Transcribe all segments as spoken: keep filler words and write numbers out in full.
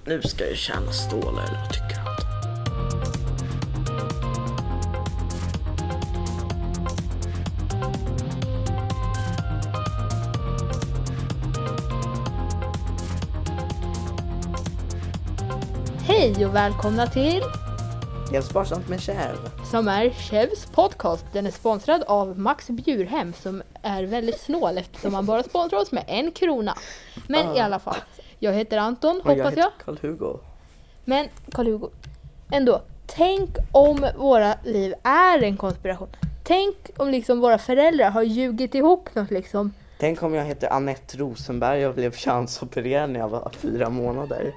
Nu ska jag tjäna stålar, eller vad tycker han? Hej och välkomna till Helt sparsamt med Kjell. som är Kjevs podcast. Den är sponsrad av Max Bjurhem som är väldigt snål eftersom han bara sponsrar oss med en krona. Men Ah. i alla fall, jag heter Anton, Och jag hoppas heter jag. Karl-Hugo. Men Karl-Hugo, ändå, tänk om våra liv är en konspiration. Tänk om liksom våra föräldrar har ljugit ihop något liksom. Tänk om jag heter Annette Rosenberg och blev chansopererad när jag var fyra månader.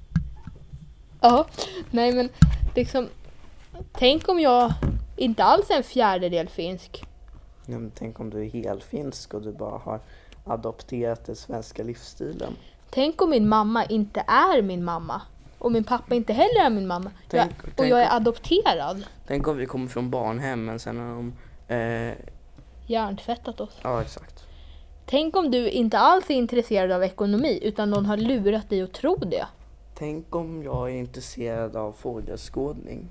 Ja, nej men liksom, tänk om jag inte alls är en fjärdedel finsk. Ja, men tänk om du är helfinsk och du bara har adopterat den svenska livsstilen. Tänk om min mamma inte är min mamma. Och min pappa inte heller är min mamma. Tänk- jag, och tänk jag är om- adopterad. Tänk om vi kommer från barnhem men sen har de... Eh, Hjärntvättat oss. ja, exakt. Tänk om du inte alls är intresserad av ekonomi utan någon har lurat dig att tro det. Tänk om jag är intresserad av fågelskådning.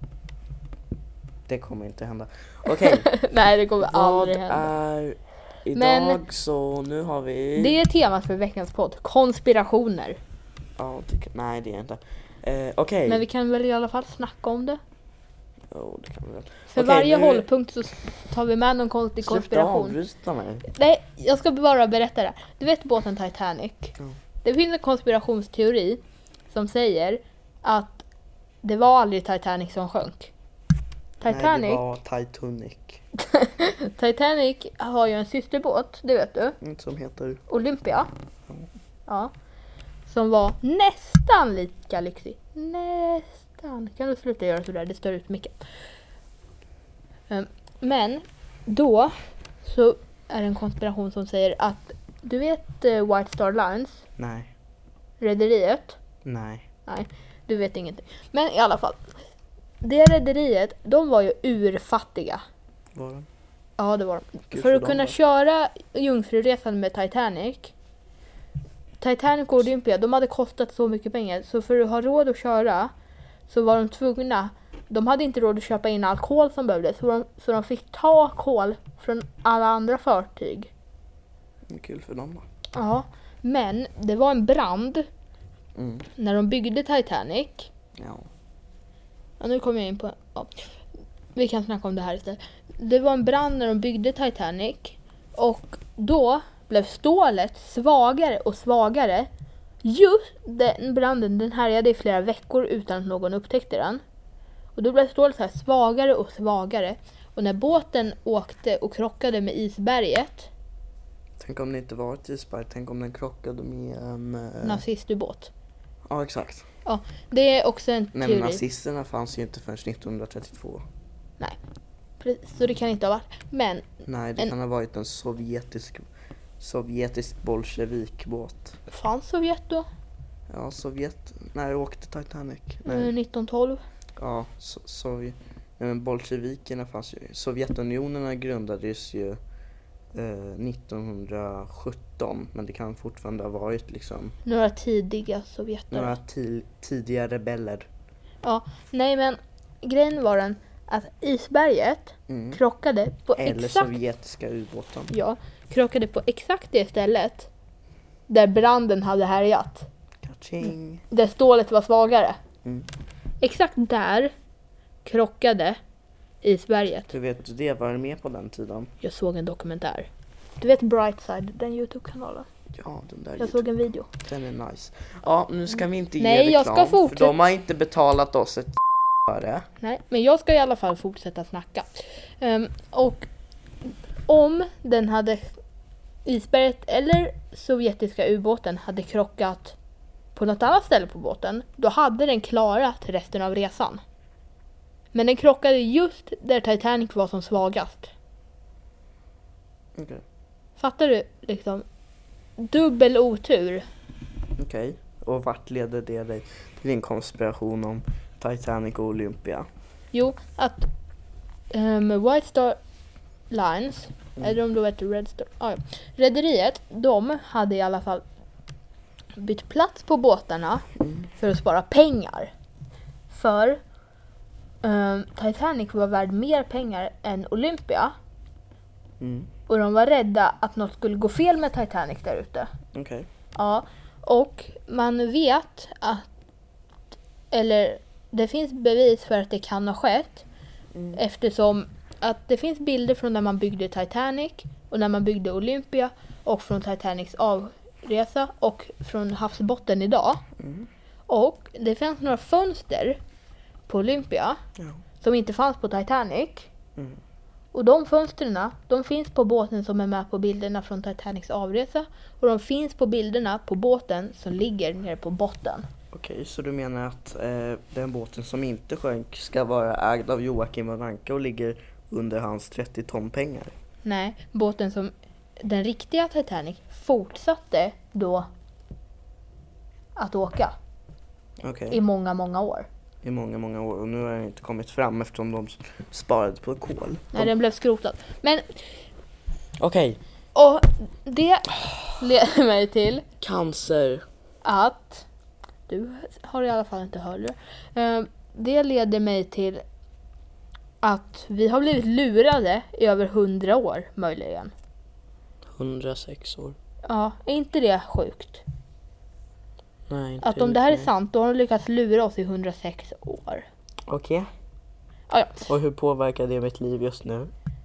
Det kommer inte hända. Okej, Nej, det kommer vad aldrig hända. är... Idag Men- så nu har vi... Det är temat för veckans podd. Konspirationer. Ja, det, nej det är inte. Eh, Okej. Men vi kan väl i alla fall snacka om det. Jo, det kan vi väl. För Okej, varje nu- hållpunkt så tar vi med någon konstig Sluta konspiration. avbryta mig. Nej, jag ska bara berätta det. Du vet båten Titanic? Ja. Det finns en konspirationsteori som säger att det var aldrig Titanic som sjönk. Titanic, Nej, det var Titanic. Titanic har ju en systerbåt, det vet du. Mm, som heter... Olympia. Ja. Som var nästan lika lyxig. Nästan. Kan du sluta göra sådär? Det stör ut mycket. Um, Men då så är det en konspiration som säger att du vet uh, White Star Lines, Nej. rederiet. Nej. Nej, du vet ingenting. Men i alla fall. Det rederiet, de var ju urfattiga. Var den? Ja, det var de. Gud För att dem kunna då. köra Jungfruresan med Titanic. Titanic och Olympia, de hade kostat så mycket pengar. Så för att ha råd att köra så var de tvungna. De hade inte råd att köpa in all kol som behövdes. Så de, så de fick ta kol från alla andra fartyg. Kul för dem då. Ja, men det var en brand Mm. när de byggde Titanic. Ja. Ja, nu kommer jag in på... Ja. Vi kan snacka om det här istället. Det var en brand när de byggde Titanic. Och då blev stålet svagare och svagare. Just den branden, den härjade i flera veckor utan att någon upptäckte den. Och då blev stålet så här svagare och svagare. Och när båten åkte och krockade med isberget, Tänk om det inte var ett isberg. Tänk om den krockade med en... Eh... nazistubåt. Ja, exakt. Ja, det är också en Men teori. nazisterna fanns ju inte förrän nittonhundratrettiotvå. Precis, så det kan inte ha varit. Men Nej, det En- kan ha varit en sovjetisk... Sovjetisk bolsjevikbåt. fanns Sovjet då? Ja, Sovjet... När åkte Titanic? Eh, Nej. nittonhundratolv. Ja, so- Sovjet... Nej, men bolsjevikerna fanns ju... Sovjetunionerna grundades ju eh, nittonhundrasjutton. Men det kan fortfarande ha varit liksom Några tidiga sovjeter. några ti- tidiga rebeller. Ja, nej men grejen var den att isberget Mm. krockade på Eller exakt, sovjetiska ubåten. ja, krockade på exakt det stället där branden hade härjat. Kaching. Där stålet var svagare. Mm. Exakt där krockade isberget. Hur vet du det? Var du med på den tiden? Jag såg en dokumentär. Du vet Brightside, den YouTube-kanalen. Ja, den där Jag såg en video. Den är nice. Ja, nu ska vi inte Nej, ge jag reklam. ska fortsätta. För de har inte betalat oss ett öre. Nej, men jag ska i alla fall fortsätta snacka. Ehm, och om den hade isberget eller sovjetiska ubåten hade krockat på något annat ställe på båten, då hade den klarat resten av resan. Men den krockade just där Titanic var som svagast. Okej. Fattar du? Liksom dubbel otur. Okej. Och vart leder det dig till din konspiration om Titanic och Olympia? Jo, att um, White Star Lines, Mm. eller om du vet Red Star, ah, ja. Rederiet, de hade i alla fall bytt plats på båtarna Mm. för att spara pengar. För um, Titanic var värd mer pengar än Olympia. Mm. Och de var rädda att något skulle gå fel med Titanic där ute. Okej. Okay. Ja, och man vet att, eller det finns bevis för att det kan ha skett. Mm. Eftersom att det finns bilder från när man byggde Titanic och när man byggde Olympia och från Titanics avresa och från havsbotten idag. Mm. Och det finns några fönster på Olympia Ja. som inte fanns på Titanic. Mm. Och de fönsterna, de finns på båten som är med på bilderna från Titanics avresa. Och de finns på bilderna på båten som ligger nere på botten. Okej, okay, så du menar att eh, den båten som inte sjönk ska vara ägd av Joakim von Anka och ligger under hans trettio ton pengar? Nej, båten som den riktiga Titanic fortsatte då att åka. Okay. I många, många år. I många, många år. Och nu har den inte kommit fram eftersom de sparade på kol. Nej, den blev skrotad. Men... Okej. Okay. Och det leder mig till... Cancer. Att... Du har i alla fall inte hört det. Det leder mig till att vi har blivit lurade i över hundra år, möjligen. hundrasex år. Ja, är inte det sjukt? Nej, inte att om det här är nej. sant, då har de lyckats lura oss i hundrasex år. Okej. Okay. Ja, ja. Och hur påverkar det mitt liv just nu?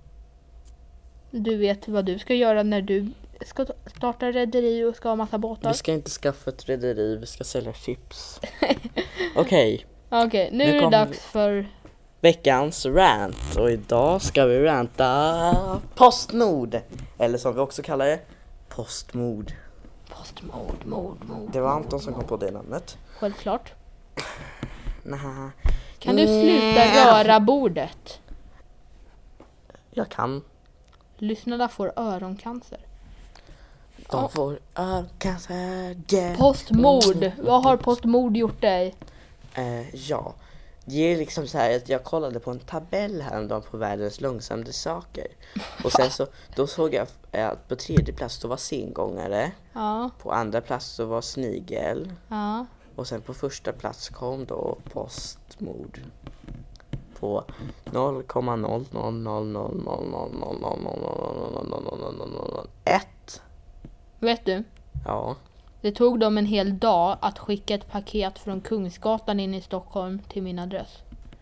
Du vet vad du ska göra när du ska starta rederi och ska ha massa båtar. Vi ska inte skaffa ett rederi, vi ska sälja chips. Okej. Okej, okay, nu, nu är det dags för... veckans rant. Och idag ska vi ranta Postnord. Eller som vi också kallar det, Postmord. Postmord, mord, mord. Det var Anton som kom på det namnet. Självklart. Nah. Kan du sluta röra bordet? Jag kan. Lyssnarna får öroncancer. De ja. får öroncancer. Yeah. Postmord. Vad har postmord gjort dig? Uh, ja. Det är liksom så här att jag kollade på en tabell häromdagen på världens långsamma saker. Och sen så, då såg jag att på tredje plats då var sengångare. Ja. På andra plats så var snigel. Ja. Och sen på första plats kom då postmord. På noll komma noll noll noll noll noll noll noll noll noll noll noll noll ett. Vet du? Ja. Det tog dem en hel dag att skicka ett paket från Kungsgatan in i Stockholm till min adress.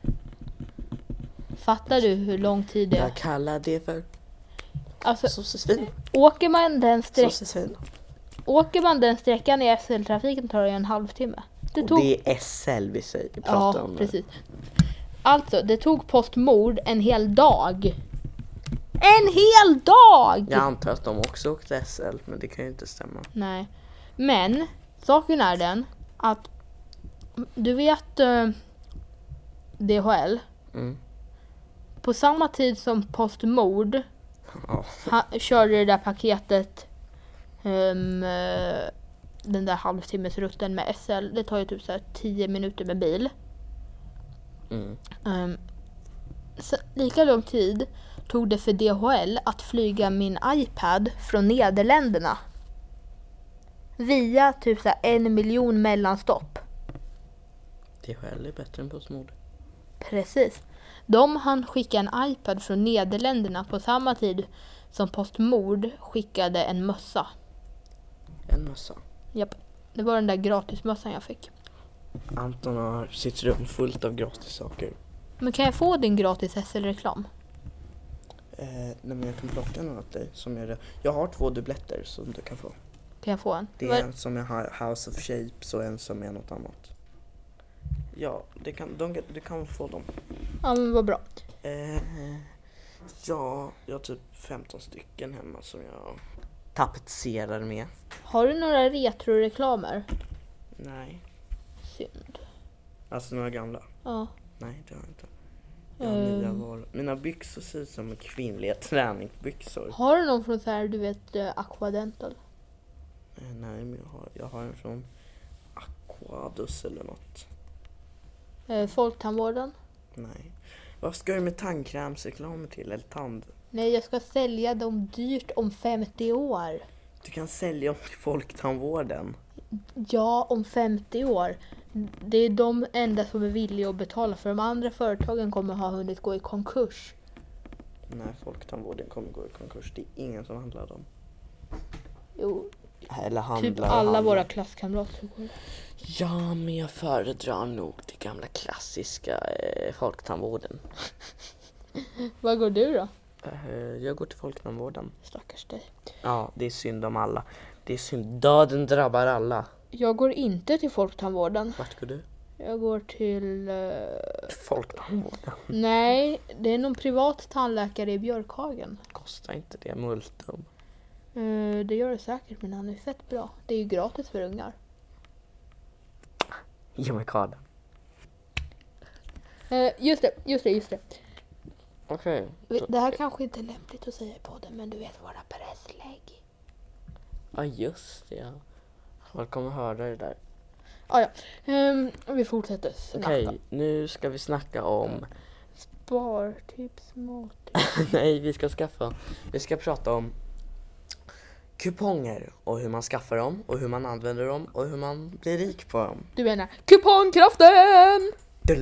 Fattar du hur lång tid det är? Jag kallar det för alltså, sossesvin. Åker man den sträck... Sossesvin. Åker man den sträckan i S L-trafiken tar det en halvtimme. Det och tog... det är S L vi säger. Vi pratar ja, om precis. Alltså, det tog postmord en hel dag. En hel dag! Jag antar att de också åkte S L, men det kan ju inte stämma. Nej. Men, saken är den att du vet uh, D H L. Mm. På samma tid som postmord Ja. ha, körde det där paketet um, uh, den där halvtimmesrutten med S L. Det tar ju typ så här tio minuter med bil. Mm. Um, så, lika lång tid tog det för D H L att flyga min iPad från Nederländerna. Via typ så här en miljon mellanstopp. D H L är bättre än postmord. Precis. De hann skicka en iPad från Nederländerna på samma tid som postmord skickade en mössa. En mössa. Japp. Det var den där gratismössan jag fick. Anton har sitt rum fullt av gratis saker. Men kan jag få din gratis S L-reklam? Eh, nej men jag kan plocka något åt dig som är det. Jag har två dubbletter som du kan få. Kan jag få en? Det är Var... en som är House of Shapes och en som är något annat. Ja, det kan, de, du kan få dem. Ja, men vad bra. Eh, ja, jag har typ femton stycken hemma som jag tapetserar med. Har du några retroreklamer? Nej, Synd. alltså några gamla. Ja. Nej, det har jag inte. Jag har Um. nya varor. Mina byxor ser ut som kvinnliga träningsbyxor. Har du någon från så här, du vet, uh, Aquadental? Eh, nej, men jag har, jag har en från Aquadus eller något. Uh, Folktandvården? Nej. Vad ska du med tandkrämsreklamer till? Eller tand? Nej, jag ska sälja dem dyrt om femtio år. Du kan sälja dem till Folktandvården. Ja, om femtio år. Det är de enda som är villiga att betala, för de andra företagen kommer ha hunnit gå i konkurs. Nej, folktandvården kommer gå i konkurs. Det är ingen som handlar dem. Jo, Eller handlar typ alla handlar. våra klasskamrater går. Ja, men jag föredrar nog det gamla klassiska eh, folktandvården. Vad går du då? Eh, jag går till folktandvården. Stackars dig. Ja, det är synd om alla. Det är synd. Döden drabbar alla. Jag går inte till folktandvården. Vart går du? Jag går till... Uh... Folktandvården. Nej, det är någon privat tandläkare i Björkhagen. Kostar inte det multum? Uh, det gör det säkert, men han är fett bra. Det är ju gratis för ungar. Ge mig kardan. Uh, just det, just det, just det. Okej. Vi- Det här kanske inte är lämpligt att säga i podden, men du vet våra presslägg. Ja, just det. Ja. Man kommer höra det där. Ah, ja, um, vi fortsätter snacka. Okej, nu ska vi snacka om... Spartips, mat. Nej, vi ska skaffa... Vi ska prata om kuponger och hur man skaffar dem och hur man använder dem och hur man blir rik på dem. Du menar kupongkraften!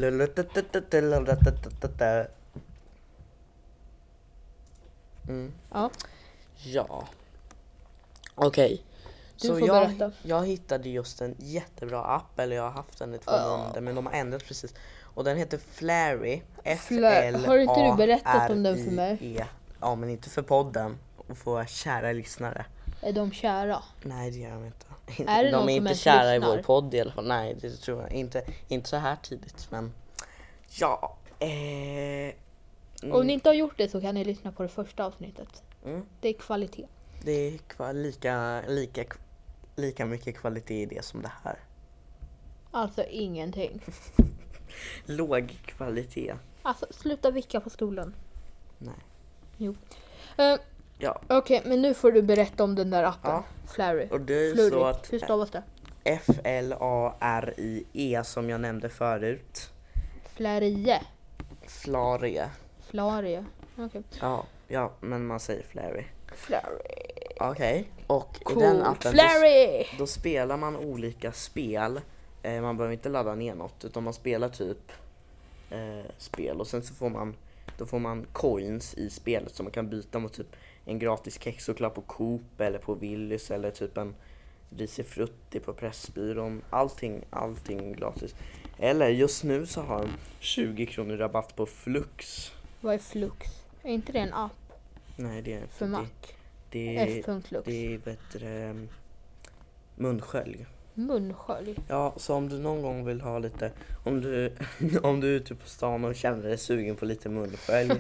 Mm. Ja, Ja. Okej. Du Så får jag, berätta. jag hittade just en jättebra app, eller jag har haft den i två Ja. månader, men de har ändrat precis. Och den heter Flary. Fla- Har inte du berättat om den för mig? F L A R I E. Ja, men inte för podden och för våra kära lyssnare. Är de kära? Nej, det gör de inte. Är det de någon är som inte ens kära lyssnar? i vår podd i alla fall. Nej, det tror jag inte. Inte så här tidigt, men ja. Eh, Om ni inte har gjort det så kan ni lyssna på det första avsnittet. mm, Det är kvalitet. det är kva- lika, lika, lika mycket kvalitet i det som det här. Alltså ingenting. Låg kvalitet. Alltså sluta vicka på stolen. Nej. Jo. Uh, Ja, Okej, men nu får du berätta om den där appen. Ja. Flurry. och det är Flurry. så att Hur stavas det? F L A R I E som jag nämnde förut. Flarie. Flare. Flarie. Okej. Ja, ja, men man säger Flary. Flurry. Okej, och i Cool. den appen då, Flurry! då spelar man olika spel. Eh, man behöver inte ladda ner något, utan man spelar typ eh, spel och sen så får man då får man coins i spelet som man kan byta mot typ en gratis kexchoklad på Coop eller på Willys eller typ en risifrutti på Pressbyrån. Allting, allting gratis. Eller just nu så har de tjugo kronor rabatt på Flux. Vad är Flux? Är inte det en app Nej, det är för det, Mac? det, F.Lux. det är vet du, det, munskölj. Munskölj. Ja, så om du någon gång vill ha lite, om du, om du är ute på stan och känner dig sugen på lite munskölj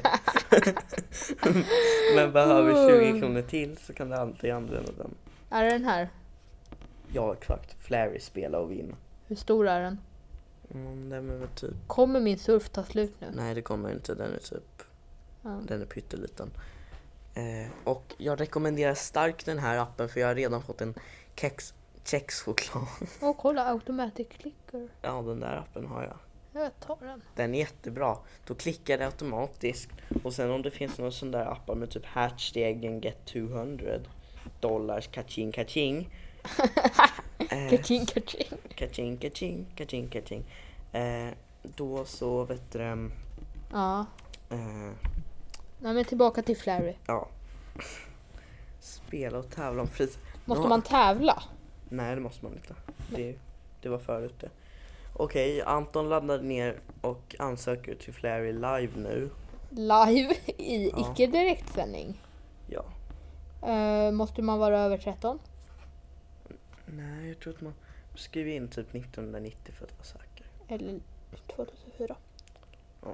men behöver tjugo kronor till så kan du alltid använda den. Är det den här? Ja, exakt. Flary, spela och vinna. Hur stor är den? Mm, den är väl typ, Kommer min surf ta slut nu? nej det kommer inte, den är typ, Ja. den är pytteliten. Eh, och jag rekommenderar starkt den här appen för jag har redan fått en kex, kexchoklad. Åh, kolla, automatic clicker. Ja, den där appen har jag. Jag tar den. Den är jättebra. Då klickar det automatiskt. Och sen om det finns någon sån där appar med typ hatch the egg and get tvåhundra dollars, kaching kaching. eh, Kaching, kaching. kaching kaching, kaching kaching. Eh, då så vet du det, Ja. eh, Nej, men tillbaka till Flurry. ja. Spela och tävla om pris. Måste Nå- man tävla? Nej, det måste man inte. Det, det var förut det. Okej, Anton laddade ner och ansöker till Flary live nu. Live i Ja. icke direktsändning. Ja. Uh, måste man vara över tretton? Nej, jag tror att man skriver in typ nittonhundranittio för att vara säker. Eller tvåtusenfyra? Ja.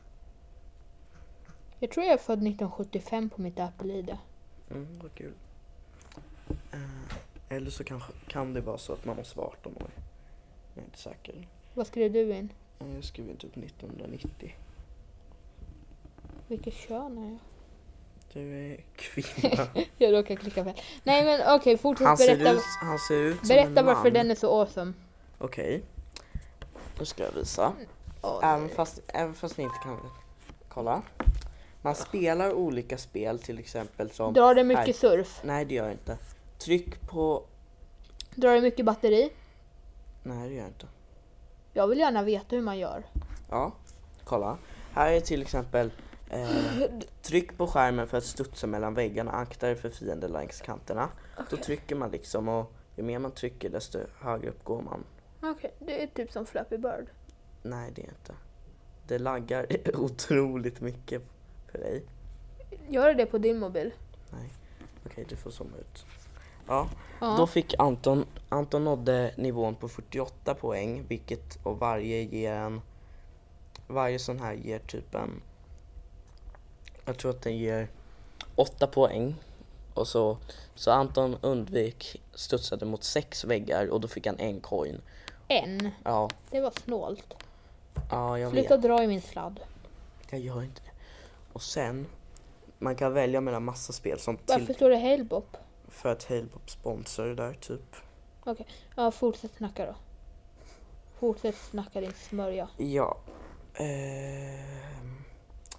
Jag tror jag är född nittonhundrasjuttiofem på mitt Apple I D. Mm, vad kul. Eh, eller så kanske kan det vara så att man måste vara arton år. Jag är inte säker. Vad skrev du in? Eh, Jag skriver in typ nittonhundranittio. Vilket kön är jag? Du är kvinna. Jag råkar klicka fel. Nej men okej, okay, fortsätt Han ser berätta. ut, han ser ut som Berätta en varför man. den är så awesome. Okej. Nu ska jag visa. Åh, Även nej. fast, även fast ni inte kan kolla. Man spelar olika spel till exempel som... Drar det mycket Här. surf? Nej, det gör jag inte. Tryck på Drar det mycket batteri? Nej, det gör jag inte. Jag vill gärna veta hur man gör. Ja, kolla. Här är till exempel eh, tryck på skärmen för att studsa mellan väggarna. Akta dig för fiender längs kanterna. Okay. Då trycker man liksom och ju mer man trycker desto högre upp går man. Okej, okay. Det är typ som Flappy Bird. Nej, det är inte. Det laggar otroligt mycket för dig. Gör det på din mobil? Nej, okej, okay, du får zooma ut. Ja, ja. Då fick Anton, Anton nådde nivån på fyrtioåtta poäng, vilket och varje ger en, varje sån här ger typ en, jag tror att den ger åtta poäng. Och så, så Anton undvik studsade mot sex väggar och då fick han en coin. En? Ja. Det var snålt. Ja, jag Sluta vet. dra i min sladd. Jag gör inte det. Och sen, man kan välja mellan massa spel som Varför till... står det Halebop? För att Halebop sponsor där typ. Okej, okay. Ja, fortsätt snacka då. Fortsätt snacka din smörja. Ja. Ehm...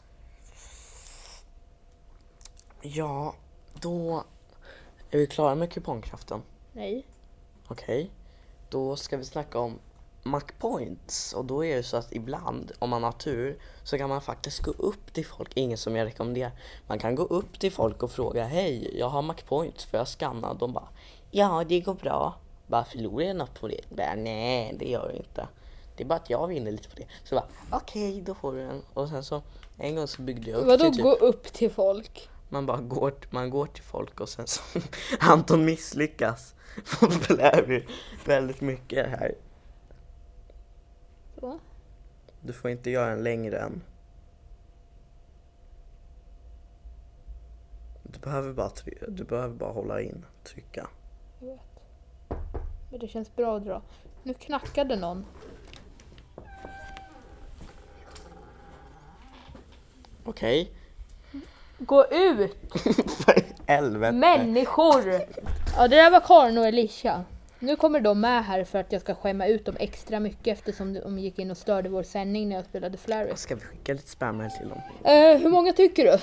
Ja, då är vi klara med kupongkraften. Nej. Okej, okay. Då ska vi snacka om MacPoints. Och då är det så att ibland, om man har tur, så kan man faktiskt gå upp till folk. Ingen som jag rekommenderar. Man kan gå upp till folk och fråga: hej, jag har MacPoints för jag skannar. De bara: ja, det går bra. Bara, förlorar jag något på det? Bara, nej, det gör jag inte. Det är bara att jag vinner lite på det. Så bara, okej, okay, då får du en. Och sen så, en gång så byggde jag upp Vadå till typ... gå upp till folk? Man bara går, man går till folk och sen så Anton misslyckas. Man lär vi väldigt mycket här. Så. Du får inte göra en längre än. Du behöver bara try- du behöver bara hålla in, trycka. Jag vet. Men det känns bra att dra. Nu knackade någon. Okej. Okay. Gå ut! För helvete. Människor! Ja, det där var Karin och Elisha. Nu kommer de med här för att jag ska skämma ut dem extra mycket eftersom de gick in och störde vår sändning när jag spelade Flurry. Ska vi skicka lite spammer till dem? Uh, hur många tycker du?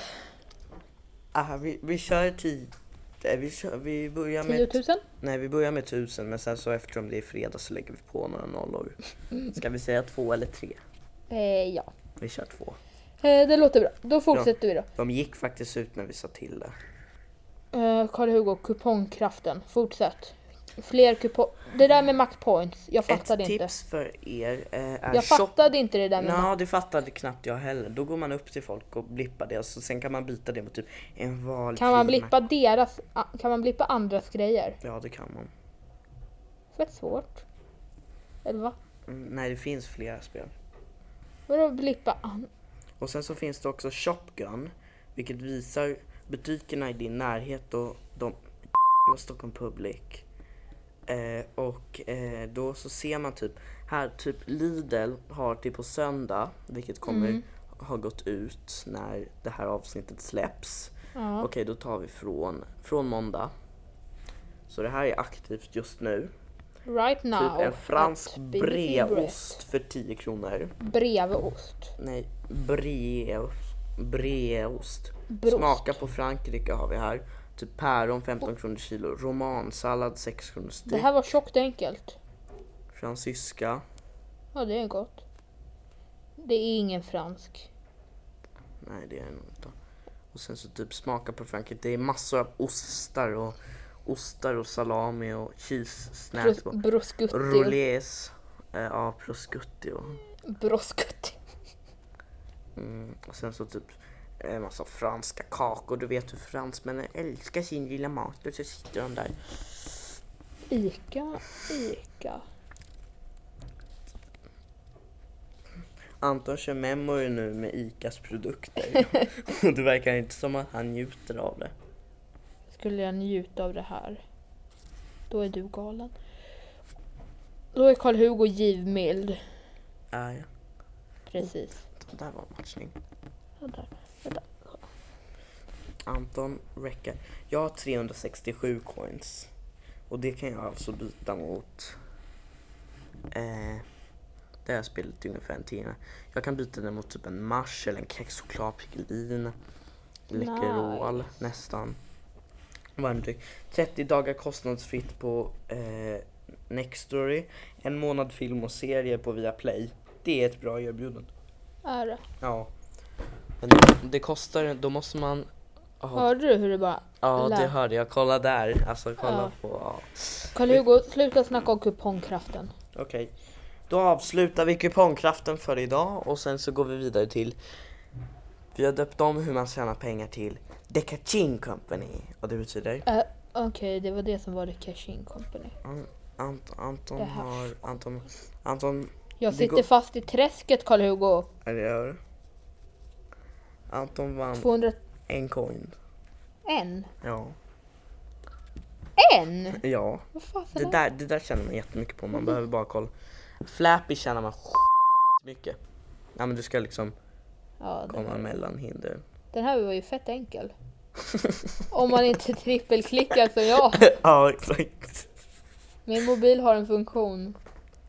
Ah, vi, vi kör tid. Vi, kör, vi börjar med... tio tusen? Nej, vi börjar med tusen, men sen så eftersom det är fredag så lägger vi på några nollor. Ska vi säga två eller tre? Eh, ja. Vi kör två. Eh, det låter bra. Då fortsätter ja, vi då. De gick faktiskt ut när vi sa till det. Uh, Karl-Hugo, kupongkraften. Fortsätt. Fler kupong... Det där med MacPoints. Jag fattade Ett inte. Ett tips för er eh, är... Jag shop... fattade inte det där med... Ja, det fattade knappt jag heller. Då går man upp till folk och blippar det. Och så sen kan man byta det mot typ en valfri... Kan man blippa deras... Kan man blippa andras grejer? Ja, det kan man. Fett svårt. Eller va? Mm, nej, det finns flera spel. Vadå blippa an... Och sen så finns det också Shopgun, vilket visar butikerna i din närhet och de Stockholm Public. Eh, och eh, då så ser man typ här typ Lidl har till på söndag, vilket kommer mm. ha gått ut när det här avsnittet släpps. Ja. Okej, då tar vi från från måndag. Så det här är aktivt just nu. Right now. Typ en fransk brevost för tio kronor. Brevost. Nej, brev, brevost. Brost. Smaka på Frankrike har vi här. Typ päron femton kronor kilo. Romansallad sex kronor styck. Det här var tjockt enkelt. Fransyska. Ja, det är gott. Det är ingen fransk. Nej, det är nog inte. Och sen så typ smaka på Frankrike. Det är massor av ostar och ostar och salami och cheese snacks. Bros- Broscutti. Roulés. Eh, ja, prosciutto. Broscutti. Mm, och sen så typ en massa franska kakor. Du vet hur fransmännen älskar sin lilla mat. Och så sitter de där. Ica, Ica. Anton kör memory nu med Icas produkter. Och det verkar inte som att han njuter av det. Skulle jag njuta av det här, då är du galen. Då är Karl-Hugo givmild. Ah, ja. Precis. Det där var en matchning. Vänta, vänta. Anton räcker. Jag har trehundrasextiosju coins. Och det kan jag alltså byta mot. Eh, det här spelet är ungefär en timme. Jag kan byta det mot typ en mars eller en kexchoklad pigelin. Läckerol, Nice. nästan. Varmdryck. trettio dagar kostnadsfritt på eh, Nextory. En månad film och serie på Viaplay. Det är ett bra erbjudande. Är det? Ja. Men det, det kostar, då måste man... Oh. Hörde du hur det bara... Ja, lät? det hörde jag. Kolla där. Alltså kolla Ja. på... Ja. Karl-Hugo, sluta snacka om kupongkraften. Okej. Okay. Då avslutar vi kupongkraften för idag. Och sen så går vi vidare till... Vi har döpt om hur man tjänar pengar till The Kaching Company. Och det betyder... Uh, Okej, okay, det var det som var The Kaching Company. An- Ant- Anton Det här. har... Anton... Anton... Jag det sitter går- fast i träsket, Karl-Hugo. Är det gör? Anton vann tvåhundra... en coin. En? Ja. En? Ja. Vad fan är Det det? där, det där känner man jättemycket på. Man behöver bara kolla. Flappy känner man mycket. Ja, men du ska liksom Ja, den, komma här. mellan hinder. den här var ju fett enkel. Om man inte trippelklickar som jag. Ja, exakt. Min mobil har en funktion.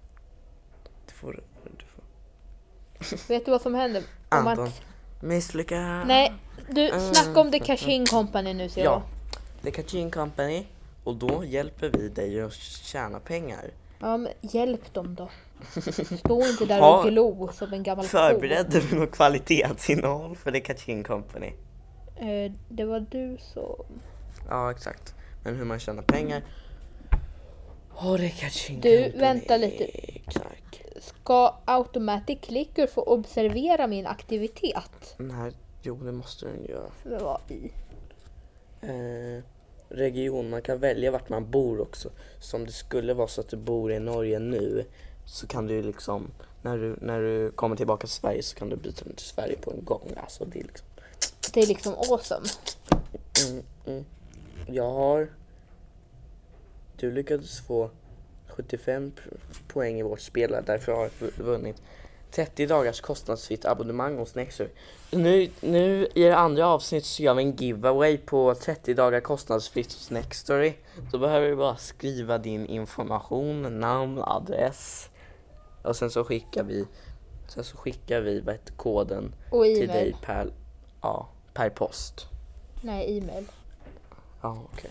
Du får... Du får. Vet du vad som händer? Om man... Anton. Misslycka. Nej, du Mm. snacka om The Kaching Company nu, ser Ja. jag. The Kaching Company. Och då hjälper vi dig att tjäna pengar. Ja, men hjälp dem då. Stå inte där Ha- och glo som en gammal ko. Förberedde du något kvalitetsinnehåll för The Kaching Company? Eh, det var du som... Ja, exakt. Men hur man tjänar pengar. Oh, The Kaching Du, Company. vänta lite. Exakt. Ska Automatic Clicker få observera min aktivitet? Nej, jo det måste den göra. Det var i. Eh, region, man kan välja vart man bor också. Så om det skulle vara så att du bor i Norge nu, så kan du liksom, när du, när du kommer tillbaka till Sverige så kan du byta till Sverige på en gång. Alltså det är liksom... Det är liksom awesome. Mm, mm. Jag har... Du lyckades få sjuttiofem poäng i vårt spel, därför har jag vunnit trettio dagars kostnadsfritt abonnemang hos Nextory. Nu, nu i det andra avsnittet så gör vi en giveaway på trettio dagar kostnadsfritt hos Nextory. Då behöver du bara skriva din information, namn, adress. Och sen så skickar vi sen så skickar vi vad heter, koden Och till e-mail. dig per, ja, per post. Nej, e-mail. Ja, okej.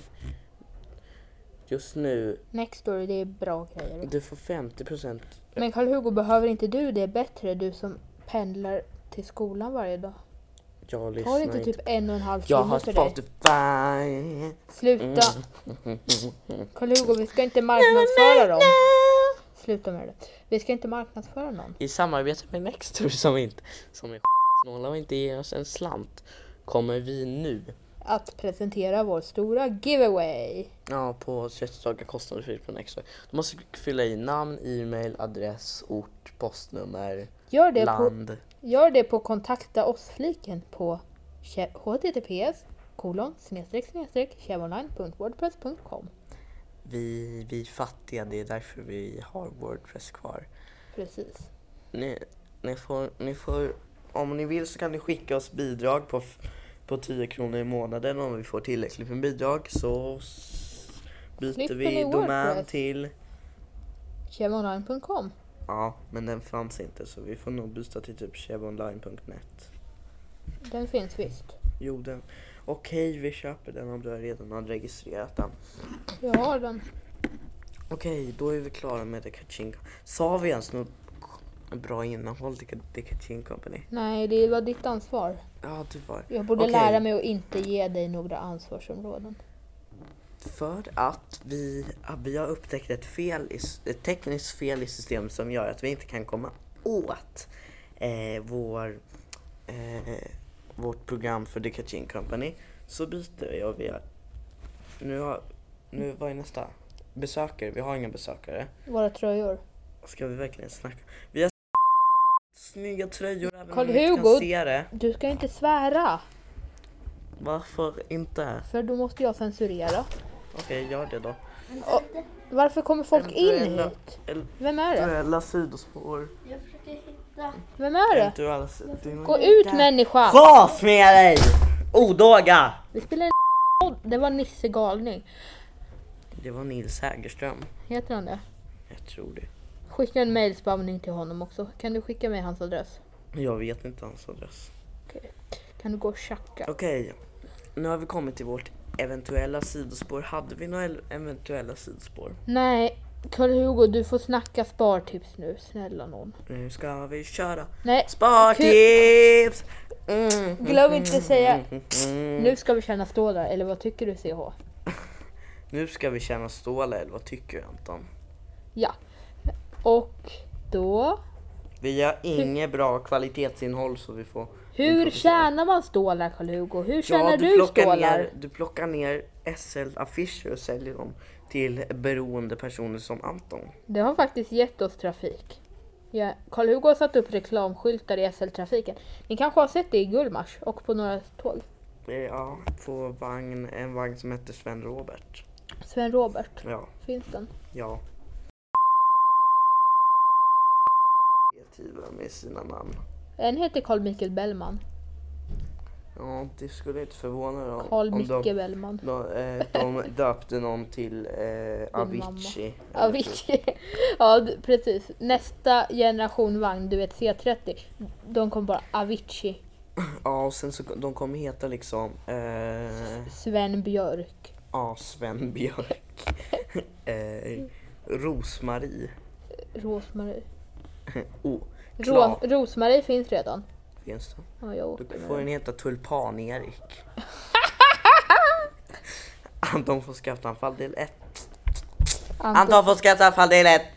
Just nu, Nextory, det är bra grejer. du får femtio procent. Men Karl-Hugo, behöver inte du det bättre? Du som pendlar till skolan varje dag. Jag lyssnar Tar det inte typ en och en halv Jag timme har för dig? Spotify. Sluta. Mm. Karl-Hugo, vi ska inte marknadsföra dem. Sluta med det. Vi ska inte marknadsföra någon. I samarbete med Nextory som inte som är snåla och inte ger oss en slant, kommer vi nu Att presentera vår stora giveaway. ja, på trettio dagar kostnadsfritt på Nextory. Du måste fylla i namn, e-mail, adress, ort, postnummer, Gör det på, land. gör det på kontakta oss-fliken på https kolon snedstreck snedstreck chevonline punkt wordpress punkt com. Vi, vi är fattiga, det är därför vi har Wordpress kvar. Precis. Ni, ni, får, ni får, om ni vill så kan ni skicka oss bidrag på, f- på tio kronor i månaden. Om vi får tillräckligt med bidrag så s- byter Slipper vi ni domän WordPress? till... chevonline punkt com. Ja, men den fanns inte så vi får nog byta till typ chevonline punkt net. Den finns visst. Jo, den. Okej, vi köper den om du har redan har registrerat den. Jag har den. Okej, då är vi klara med The Kaching. Sa vi ens något bra innehåll till The Kaching Company? Nej, det var ditt ansvar. Ja, du var. Jag borde Okej. lära mig att inte ge dig några ansvarsområden. För att vi, ja, vi har upptäckt ett fel, i, ett tekniskt fel i systemet som gör att vi inte kan komma åt eh, vår, eh, vårt program för The Kaching Company. Så byter vi och vi har, nu har, nu vad är nästa? Besökare, vi har inga besökare. Våra tröjor. Ska vi verkligen snacka? Vi har snygga tröjor även om Karl vi inte Hugo. kan se det. Du ska inte svära. Varför inte? För då måste jag censurera. Okej, gör det då. Och varför kommer folk in Eventuella- hit? el- Vem är det? Eventuella sidospår. Jag försöker hitta. Vem är det? Eventuella si- Gå ut människa! Schas med dig! Odåga! Vi spelar en podd. Det var Nisse Galning. Det var Nils Hägerström. Heter han det? Jag tror det. Skicka en mailspammning till honom också. Kan du skicka mig hans adress? Jag vet inte hans adress. Okej. Kan du gå och tjacka? Okej, nu har vi kommit till vårt eventuella sidospår. Hade vi några eventuella sidospår? Nej, Karl-Hugo, du får snacka spartips nu, snälla någon. Nu ska vi köra Nej. spartips! Mm, Glöm inte att säga, mm, mm. nu ska vi tjäna stålar, eller vad tycker du C H? Nu ska vi tjäna stålar, eller vad tycker du, Anton? Ja, och då... Vi har inget bra kvalitetsinnehåll så vi får... Hur tjänar man stålar, Karl-Hugo? Hur tjänar ja, du, du plockar stålar? ner, du plockar ner S L-affischer och säljer dem till beroende personer som Anton. Det har faktiskt gett oss trafik. Ja, Karl-Hugo har satt upp reklamskyltar i S L-trafiken. Ni kanske har sett det i Gullmars och på några tåg. Ja, på vagn, en vagn som heter Sven Robert. Sven Robert, Ja, finns den? ja. Kreativa med sina namn. En heter Carl Michael Bellman. Ja, det skulle inte förvåna dem. Carl om Micke de, Bellman. de, eh, de döpte någon till eh, Avicii. Avicii. Ja, d- precis. Nästa generation vagn, du vet C trettio, de kom bara Avicii. Ja, och sen så de kommer heta liksom eh, Sven Björk. ja, Sven Björk. eh, Rosmarie. Rosmarie. Oh, Ro- Klar. Rosmarie finns redan. Finns det? Ja, jag åker Då med får den. den heta Tulpan-Erik. Anton får skrattanfall del ett. Anton, Anton får skrattanfall del ett.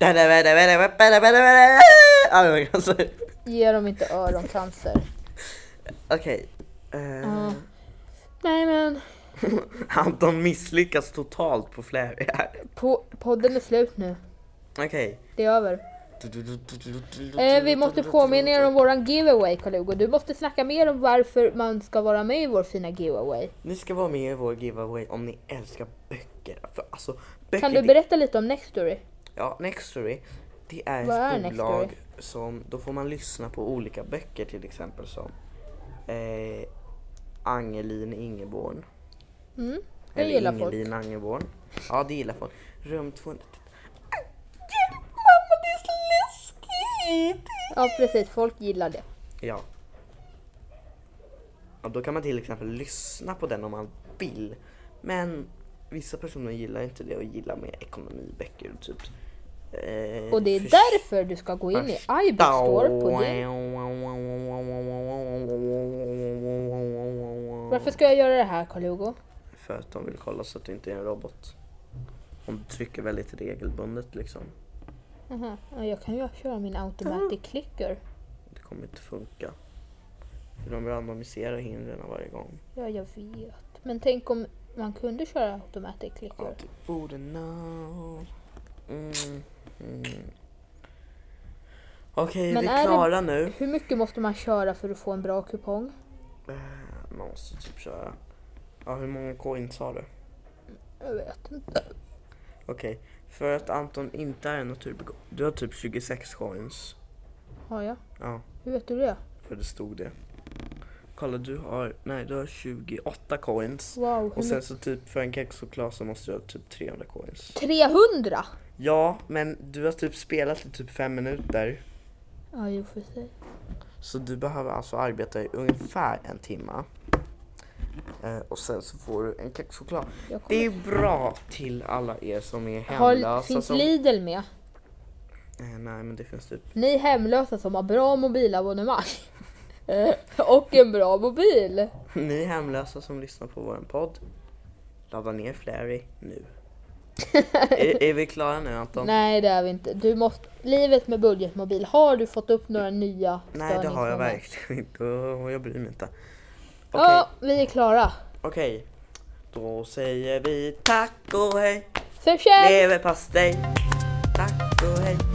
Ge dem inte öroncancer. Okej. eh, Ja. Nej men, Anton misslyckas totalt på flera. på, podden är slut nu. Okej. Det är över. Eh, vi måste påminna er om våran giveaway, Karl-Hugo. Du måste snacka mer om varför man ska vara med i vår fina giveaway. Ni ska vara med i vår giveaway om ni älskar böcker. För alltså, böcker Kan du det- berätta lite om Nextory? Ja, Nextory. Det är Vad är ett Nextory? bolag som, då får man lyssna på olika böcker till exempel som eh, Angelin Ingeborn. Mm, det Eller gillar folk. Ingelin Angeborn. Ja, det gillar folk. Rum tvåhundra. Mamma, det är så läskigt. Ja, precis. Folk gillar det. Ja. Och då kan man till exempel lyssna på den om man vill. Men vissa personer gillar inte det och gillar mer ekonomiböcker och typ. Eh, Och det är för- därför du ska gå in i iBookstore på din... Varför ska jag göra det här, Karl-Hugo? För att de vill kolla så att du inte är en robot. Om du trycker väldigt regelbundet liksom. Aha. Ja, jag kan ju köra min automatic clicker. Det kommer inte funka. För de randomiserar hindren varje gång. Ja, jag vet. Men tänk om man kunde köra automatic Ja, clicker. du borde know. Mm. Mm. Okej, Men vi är är det- klara nu. Hur mycket måste man köra för att få en bra kupong? Eh, Man måste typ köra. Ja, hur många coins har du? Jag vet inte. Okej, för att Anton inte är en naturbegåvning. Du har typ tjugosex coins. Har jag? Ja, Hur vet du det? för det stod det. Kolla, du har, nej du har tjugoåtta coins. Wow, hur Och sen mycket? så typ för en kexchoklad så måste du ha typ trehundra coins. trehundra? Ja, men du har typ spelat i typ fem minuter. Ja, jo för sig. Så du behöver alltså arbeta i ungefär en timme. Eh, och sen så får du en kexchoklad. Jag Det är kommer... bra till alla er som är Har, hemlösa. finns som... Lidl med? Eh, nej, men det finns typ. Ni hemlösa som har bra mobilabonnemang. Och en bra mobil. Ni hemlösa som lyssnar på vår podd. Ladda ner Flary nu. är, är vi klara nu, Anton? Nej, det är vi inte. Du måste... Livet med budgetmobil. Har du fått upp några nya Nej, det har jag störningsmoment? verkligen inte. Och jag bryr mig inte. Okej, Ja, vi är klara. okej. Då säger vi tack och hej. Förtjänt! Leverpastej. Tack och hej.